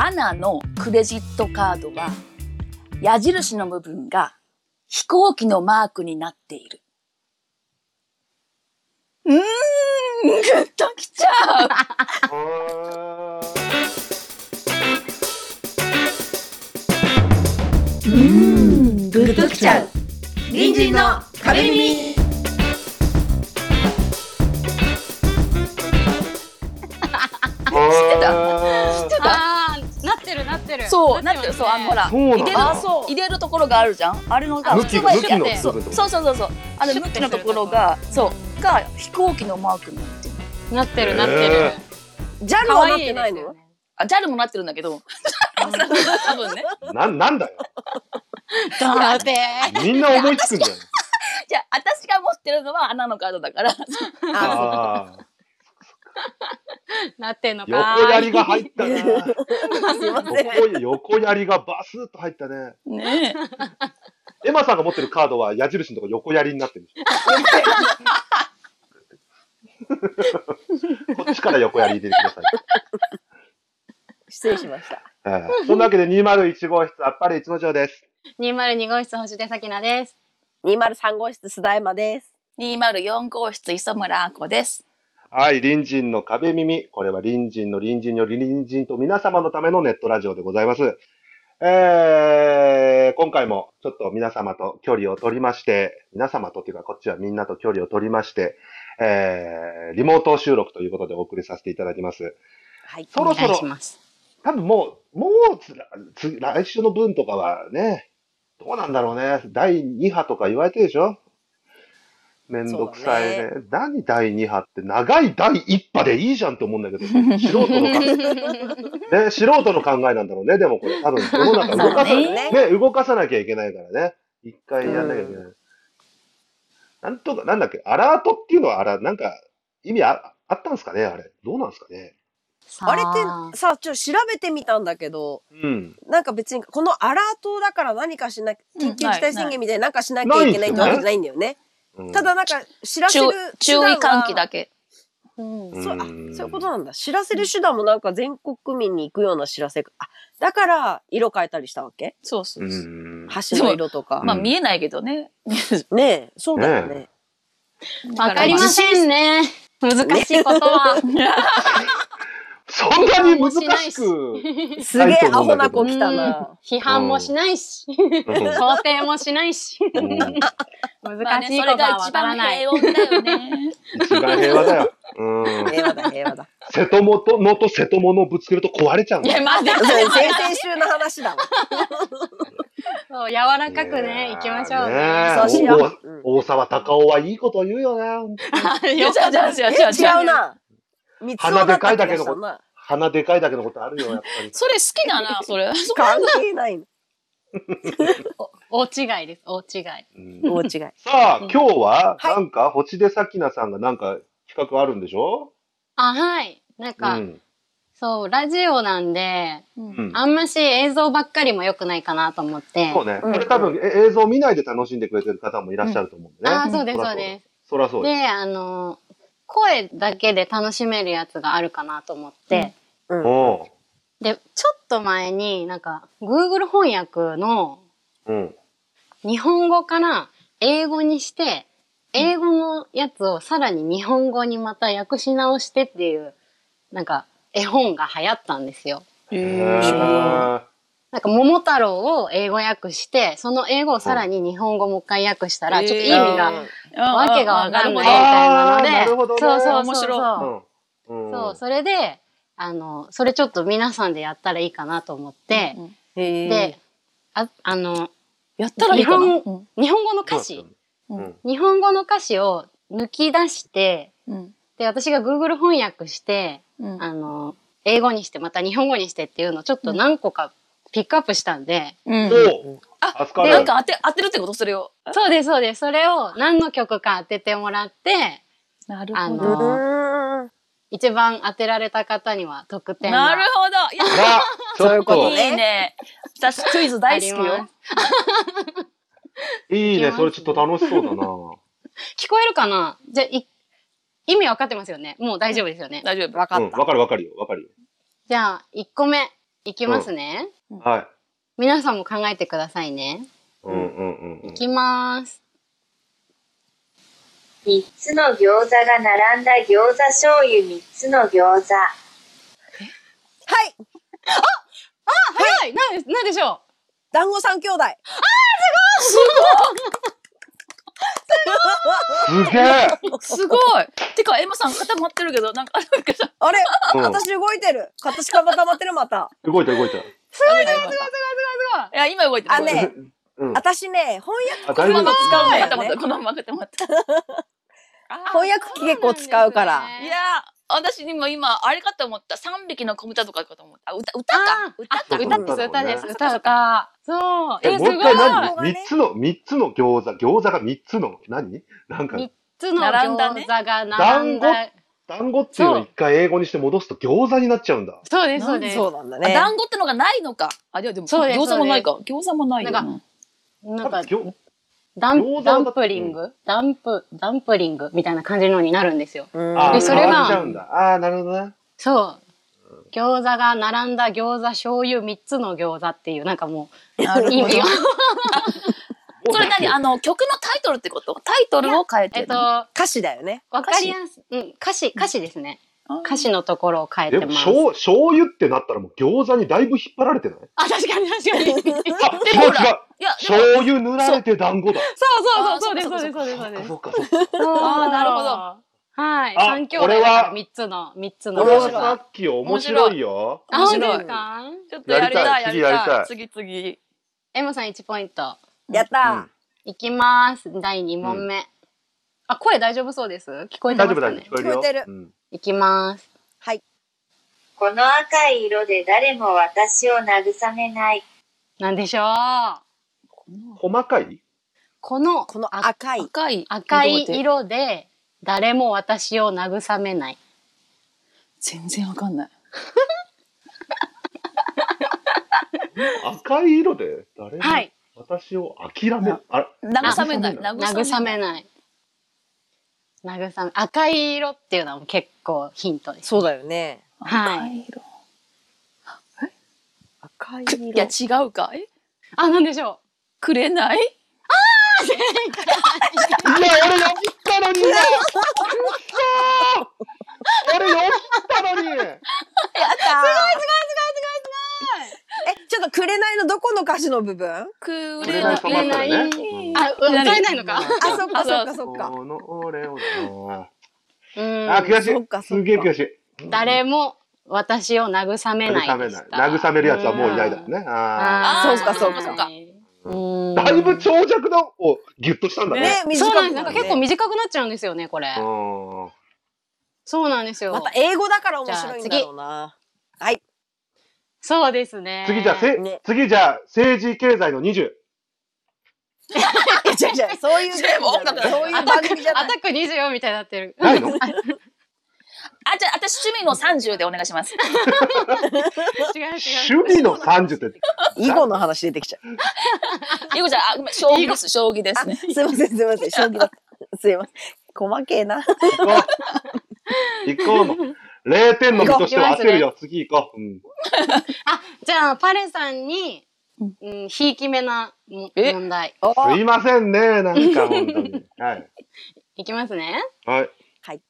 アナのクレジットカードは矢印の部分が飛行機のマークになっている。グッときちゃう。 グッときちゃう。隣人の壁耳。 知ってた？ なってる。 そう、なってる。そう、ほら、入れるところがあるじゃん。あれのが向きの部分そう。向きのところが、そうが飛行機のマークになってる。 なってる。 ジャルはなってないの？ ジャルもなってるんだけど。多分ね。 なんだよ。 だって。 みんな思いつくんじゃん。 じゃあ、私が持ってるのはアナのカードだから。 なってんのか。 横槍が入ったね。 すいません。 横槍がバスッと入ったね。 ねエマさんが持ってるカードは矢印のとこ横槍になってる。こっちから横槍入れてください。 失礼しました。 そんなわけで201号室あっぱれ一之丞です。 202号室星出咲菜です。 203号室須田山です。 204号室磯村あこです。 はい、隣人の壁耳。これは隣人の隣人より隣人と皆様のためのネットラジオでございます。今回もちょっと皆様と距離を取りまして、皆様とっていうかこっちはみんなと距離を取りまして、リモート収録ということでお送りさせていただきます。 はい。 そろそろ、 ます多分もう来週の分とかはね、どうなんだろうね。第2波とか言われてるでしょ？めんどくさいね。何第2波って長い第1波でいいじゃんって思うんだけど、素人の考えなんだろうね。でもこれ多分世の中動かさなきゃいけないからね。一回やんなきゃいけない。なんだっけ、アラートっていうのはなんか意味あったんですかねあれ。どうなんですかね。 あれってさ、調べてみたんだけど、なんか別にこのアラートだから何か緊急事態宣言みたいななんかしなきゃいけないってわけじゃないんだよね。ただなんか知らせる注意喚起だけ。 そういうことなんだ。知らせる手段もなんか全国民に行くような知らせ。だから色変えたりしたわけ？ そう。橋の色とか。 まあ見えないけどね。 ねえ、そうだよね。 わかりませんね。難しいことは。 そんなに難しく。 すげえアホな子来たな。 批判もしないし、肯定もしないし。難しいことはわからない。 それが一番平穏だよね。 一番平和だよ。 平和だ。 瀬戸物と瀬戸物をぶつけると壊れちゃうんだよ。 いや、待って。 先々週の話だわ。 そう、柔らかくね、行きましょうね。 そうしよう。 大沢たかおはいいこと言うよね。 違うな。 鼻でかいだけのことあるよ、やっぱり。 それ好きだな、それ。 関係ないの。 大違いです、大違い。 大違い。 さあ、今日は、なんか、星出咲菜さんがなんか企画あるんでしょ？ はい。なんか、そう、ラジオなんで、あんまし映像ばっかりも良くないかなと思って。 そうね。これ多分、映像見ないで楽しんでくれてる方もいらっしゃると思うんでね。 そうです、そうです。 そらそうです。 で、声だけで楽しめるやつがあるかなと思って。で、ちょっと前になんか Google 翻訳の日本語から英語にして、英語のやつをさらに日本語にまた訳し直してっていうなんか絵本が流行ったんですよ。なんか桃太郎を英語訳して、その英語をさらに日本語もう一回訳したら、ちょっと意味が、わけがわかんないみたいなので、そう、面白い。そう、それで、それちょっと皆さんでやったらいいかなと思って、で、 やったらいいかな？ 日本語の歌詞、日本語の歌詞を抜き出して、で、私が Google 翻訳して、英語にして、また日本語にしてっていうのをちょっと何個かピックアップしたんで。 なんか当てるってこと？それを。 そうです、そうです。それを何の曲か当ててもらって、 なるほど。 一番当てられた方には特典が。 なるほど。いや、 そういうことね。 いいね。私クイズ大好きよ。 いいね、それちょっと楽しそうだな。 聞こえるかな？じゃあ、意味わかってますよね？もう大丈夫ですよね？ 大丈夫。 わかった。 わかるよ。 じゃあ、1個目。 いきますね。 はい。 皆さんも考えてくださいね。いきます。 3つの餃子が並んだ餃子醤油3つの餃子。 はい。 早い。なんでしょう。 団子三兄弟。 すげえ。 すごい。てか、エマさん固まってるけど、なんかあるけど。 あれ、私動いてる。私固まってるまた。 動いた。 すごい。 いや、今動いてる。 ね、私ね、翻訳このまま使うんだよね。このまま固まった。 翻訳機結構使うから。 いや、私にも今、あれかと思った。3匹の子豚とかかと思った。歌か。 歌です。歌。そう。 もう一回何 ?3 つの餃子が3つの何なんか。 3つの餃子が並んだ。 団子っていうのを一回英語にして戻すと餃子になっちゃうんだ。 そうです、そうです。 そうなんだね。 団子ってのがないのか。あ、でも餃子もないか。餃子もないよな。 なんか、ダンプリングみたいな感じのになるんですよ。 で、それが、なるほどね。 そう。餃子が並んだ餃子醤油3つの餃子っていう、なんかもう、意味が。 それ何曲のタイトルってこと？タイトルを変えてる歌詞だよね。 わかりやすい。歌詞ですね。歌詞のところを変えてます。 でも醤油ってなったらもう餃子にだいぶ引っ張られてない？ あ、確かに。違う。 醤油塗られて団子だ。 そうです。 そうか。 なるほど。 はい。3兄弟だから3つの。 これはさっき面白いよ。 面白いか？ ちょっとやりたい。次。 エモさん1ポイント。 やったいきます。第2問目。あ、声大丈夫そうです？聞こえてますかね？ 聞こえてる。 いきます。 はい。 この赤い色で誰も私を慰めない。 なんでしょう？ 細かい？ この赤い色で誰も私を慰めない。 全然わかんない。 赤い色で誰も私を諦める。 慰めない。 赤い色っていうのは結構ヒントです。 そうだよね。 はい。 赤い色。 いや、違うかい？ なんでしょう？ くれない？ 正解！ いや、俺よぎったのに今！俺よぎったのに！ やったー！すごい！ちょっとくれないのどこの歌詞の部分？ くれない。歌えないのか？ そっか。 この俺を悔しい。すげえ悔しい。 誰も私を慰めない。 慰めるやつはもういないだろうね。 そうか。 だいぶ長尺のをギュッとしたんだね。 そうなんです。なんか結構短くなっちゃうんですよね、これ。そうなんですよ。 また英語だから面白いんだろうな。はい。 そうですね。 次じゃあ政治経済の20。 違う、そういう番組じゃない。 アタック24みたいになってる。 ないの？ じゃあ、私趣味の30でお願いします。 違う。 趣味の30って。 囲碁の話出てきちゃう。 囲碁じゃ、将棋ですね。 すいません。将棋だった。すいません。細けえな。 行こう。0点の身としては焦るよ。次行こう。 じゃあ、パレさんに、ひいきめな問題。 すいませんね、なんか本当に。はい。 いきますね。 はい。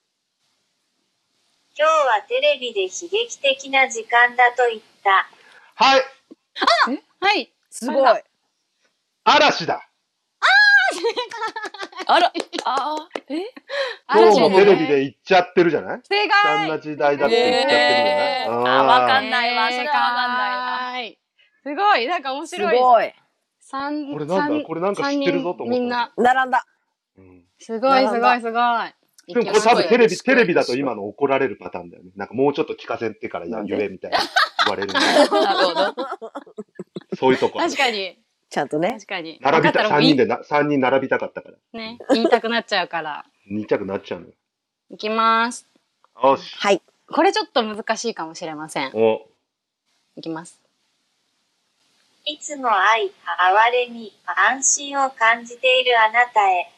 今日はテレビで悲劇的な時間だと言った。 はい。 はい。 すごい。 嵐だ。 あら。 今日もテレビで言っちゃってるじゃない？ 正解。そんな時代だって言っちゃってるじゃない？ わかんないわ。それはわかんないわ。 すごい。なんか面白い。 すごい。 これなんか知ってるぞと思った。 みんな並んだ。 すごい。 でもこれ多分テレビだと今の怒られるパターンだよね。なんかもうちょっと聞かせてから言えみたいな言われる。なるほど。そういうとこ。 確かに。 ちゃんとね。 確かに。 3人並びたかったから。 ね。言いたくなっちゃうから。 言いたくなっちゃうのよ。 いきます。 よし。 はい。 これちょっと難しいかもしれません。いきます。 いつも愛、哀れみ、安心を感じているあなたへ。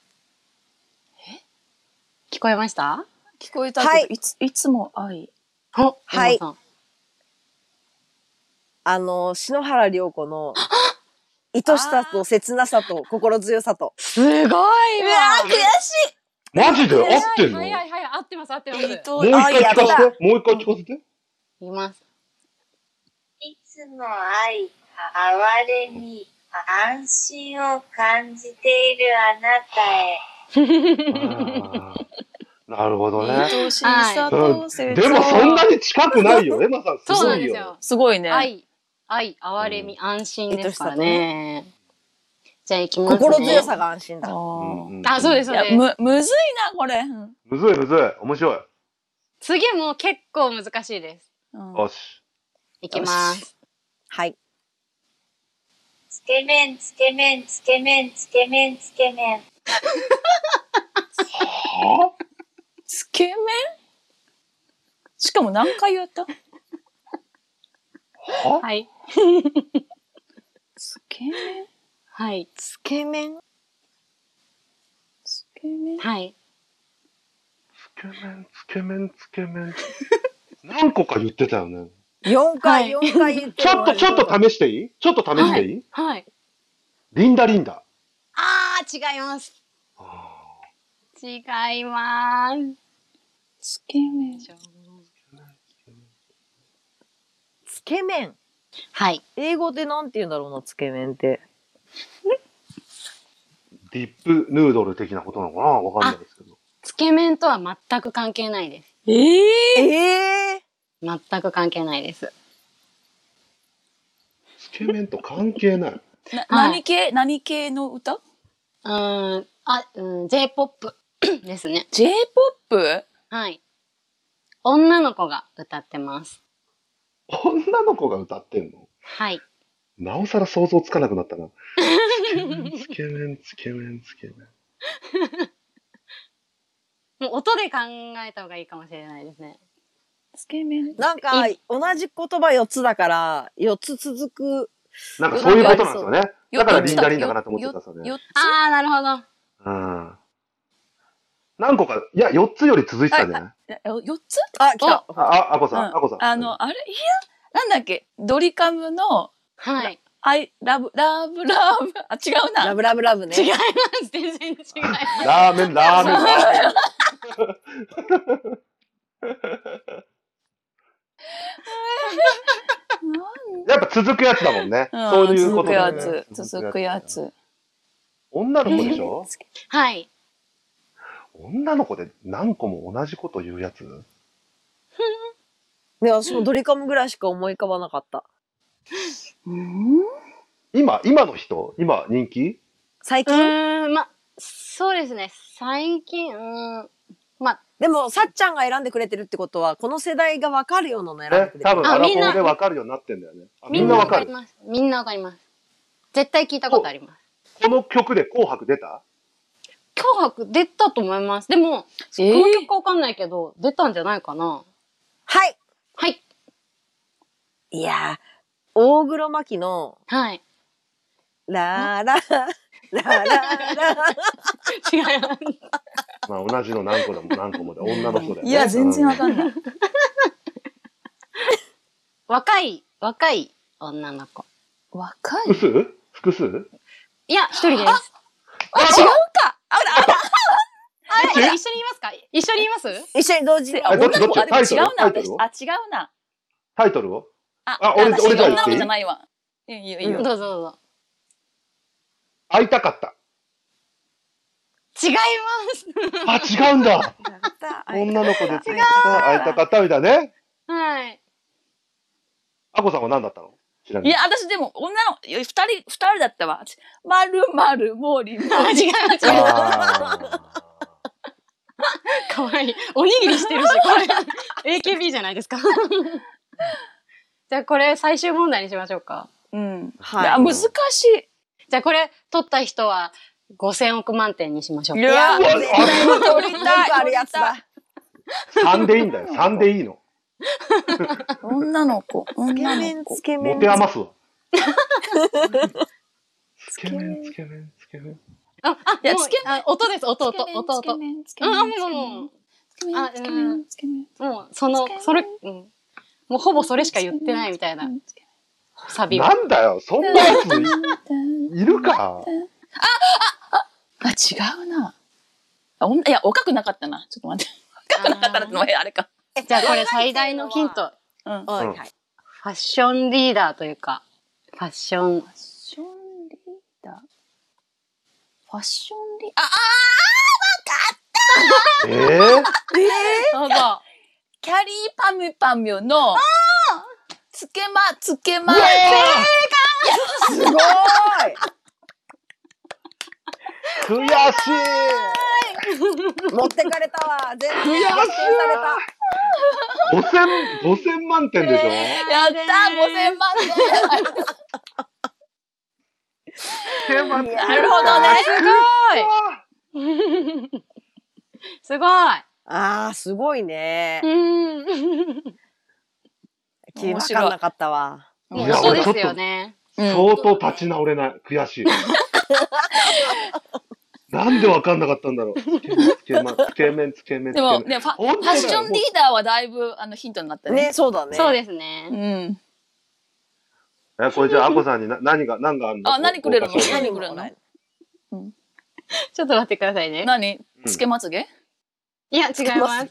聞こえました？ 聞こえたけど、いつも愛。 はい。 篠原涼子の愛しさと切なさと心強さと。 すごいわ。 うわー、悔しい。 マジで合ってんの？ はいはいはい、合ってます、合ってます。 もう一回聞かせて。もう一回聞かせて。 言います。 いつも愛、哀れみ、安心を感じているあなたへ。 なるほどね。 愛しさと切でもそんなに近くないよ。エマさんすそうごいよ。 なんですよ。 すごいね。 愛、哀れみ、安心ですからね。じゃあ行きますね。 心強さが安心だ。 あ、そうです、そうです。 むずいな、これ。 むずいむずい。面白い。 次も結構難しいです。 よし。 いきます。 はい。 つけ麺、つけ麺、つけ麺、つけ麺、つけ麺。 はぁ？ つけ麺？しかも何回やった？ は？ はい。 つけ麺？ はい。 つけ麺？ つけ麺？ はい。 つけ麺、つけ麺、つけ麺。何個か言ってたよね。 4回、4回言ってる。 ちょっと試していい？ちょっと試していい？ はい。 リンダリンダ。 あー、違います。違います。 つけ麺。 つけ麺。 はい。 英語でなんて言うんだろうな、つけ麺って。 ディップヌードル的なことなのかな？わかんないですけど。 つけ麺とは全く関係ないです。全く関係ないです。 つけ麺と関係ない。 何系の歌 ？J-POP ですね。 J-POP？ はい。女の子が歌ってます。 女の子が歌ってんの？ はい。 なおさら想像つかなくなったな。つけ麺、つけ麺、つけ麺、つけ麺。 もう音で考えた方がいいかもしれないですね。 つけ麺。 なんか、同じ言葉4つだから、4つ続く。 なんかそういうことなんですよね。だからリンダリンダかなと思ってたさね。 あー、なるほど。 うん。何個か、いや、4つより続いてたんじゃない？ 4つ？ あ、来た。 あこさん、あこさん。 あれ、いや、なんだっけ、ドリカムの、 はい。 ラブ、あ、違うな。 ラブラブラブね。 違います。全然違います。 ラーメン。やっぱ続くやつだもんね。そういうことだよね。 続くやつ。 女の子でしょ？ はい。 女の子で何個も同じこと言うやつ？ ね、私もドリカムぐらいしか思い浮かばなかった。 今の人？今人気？ 最近？ そうですね。最近、 でも、さっちゃんが選んでくれてるってことは、この世代が分かるようなの選んでくれてる。 多分、アラフォーで分かるようになってんだよね。みんな分かる。 みんな分かります。絶対聞いたことあります。 この曲で紅白出た？ 紅白出たと思います。でも、この曲か分かんないけど、出たんじゃないかな。 はい。 はい。 いやー、大黒摩季の、 はい。 ラーラー、ラーラーラー。 違います。 まあ同じの何個もで女の人だよね。 いや、全然わかんない。 若い女の子。 若い？ 複数？ いや、一人です。 違うか。 一緒に言いますか？一緒に言います？ 一緒に同時に。 どっちタイトル？ 違うな、私。違うな。 タイトルを？ 俺じゃあ言っていい？ 女の子じゃないわ。いいよ。 どうぞ。 会いたかった。 違います。 違うんだ。女の子で会いたかったみたいね。 はい。 あこさんは何だったの？ちなみに。 いや、私でも二人だったわ。まるもり。違います。 かわいい。おにぎりしてるし、これ AKB じゃないですか。じゃあこれ最終問題にしましょうか。 はい。難しい。 じゃあこれ取った人は5000億万点にしましょう。 いや、取りたい。あるやつだ。 3でいいんだよ。3でいいの。 女の子。 つけ麺。 持て余すわ。つけ麺。 音です、音。もうほぼそれしか言ってないみたいな。 サビは。 なんだよ、そんなやついるか。 あ、違うな。いや、おかくなかったな。ちょっと待って。おかくなかったらってのはあれか。 じゃあこれ最大のヒント。 うん。 はいはい。 ファッションリーダーというか、ファッション。 ファッションリーダー。ファッションリーえー、 どうぞ。 キャリーパミュパミュの、つけま。 すごい悔しい。 持ってかれたわ。全部悔しい逆転された。 5000万点でしょ、 やったー !5000 万点なるほどね。 すごい。 あー、すごいね。 面白い分かんなかったわ。 もういやそうですよね。 相当立ち直れない。悔しい。なんでわかんなかったんだろう。つけ麺。 でも、ね、ファッションリーダーはだいぶヒントになったね。 ね、そうだね。 そうですね。 うん。 これじゃあ、あこさんに何があるの？ あ、何くれるの？ 何くれるの？ ちょっと待ってくださいね。 何？つけまつげ？ いや、違います。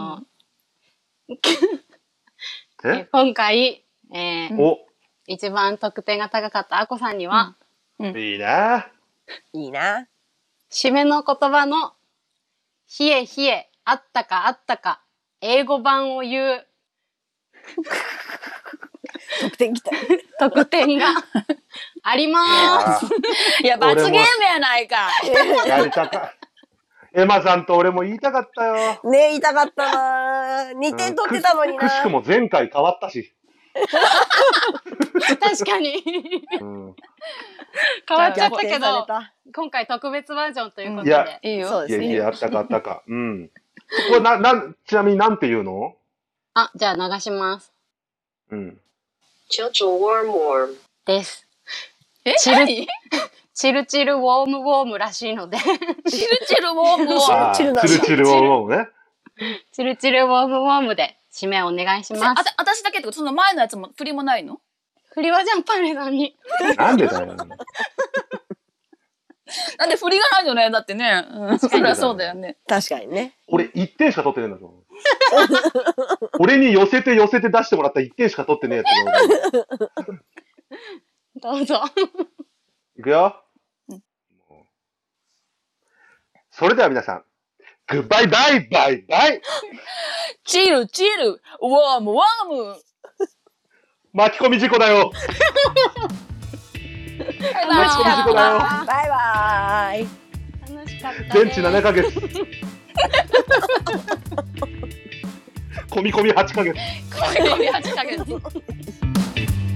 今回、一番得点が高かったあこさんには、 いいな。 いいな。 締めの言葉の、冷え冷え、あったかあったか、英語版を言う、 得点きた。 得点がありまーす。 いや、罰ゲームやないか。 やりたか。エマさんと俺も言いたかったよ。 ね、言いたかったな。2点取ってたのにな。 くしくも前回変わったし。 確かに。変わっちゃったけど、今回特別バージョンということで。 いいよ。 そうですね。 いや、あったかあったか。うん。これちなみになんて言うの？ あ、じゃあ流します。 うん。 ちょっと warm です。 何？ チルチルウォームウォームらしいので。 チルチルウォームウォーム。 チルチルウォームね。 チルチルウォームウォームで締めお願いします。 私だけってこと？その前のやつも振りもないの？ 振りはじゃんパンレさんに。 なんでだよ。 なんで振りがないよね。だってね。そりゃそうだよね。 確かにね。 俺1点しか取ってねえんだぞ。俺に寄せて出してもらった1点しか取ってねえやつ。 どうぞ。 いくよ。それでは皆さん、グッバイバイバイバイ。 チルチルウォームウォーム。 巻き込み事故だよ。 バイバ巻き込み事故だよ。 バイバイ。 楽しかったね。 全治7ヶ月。込み込み8ヶ月。 込み込み8ヶ月。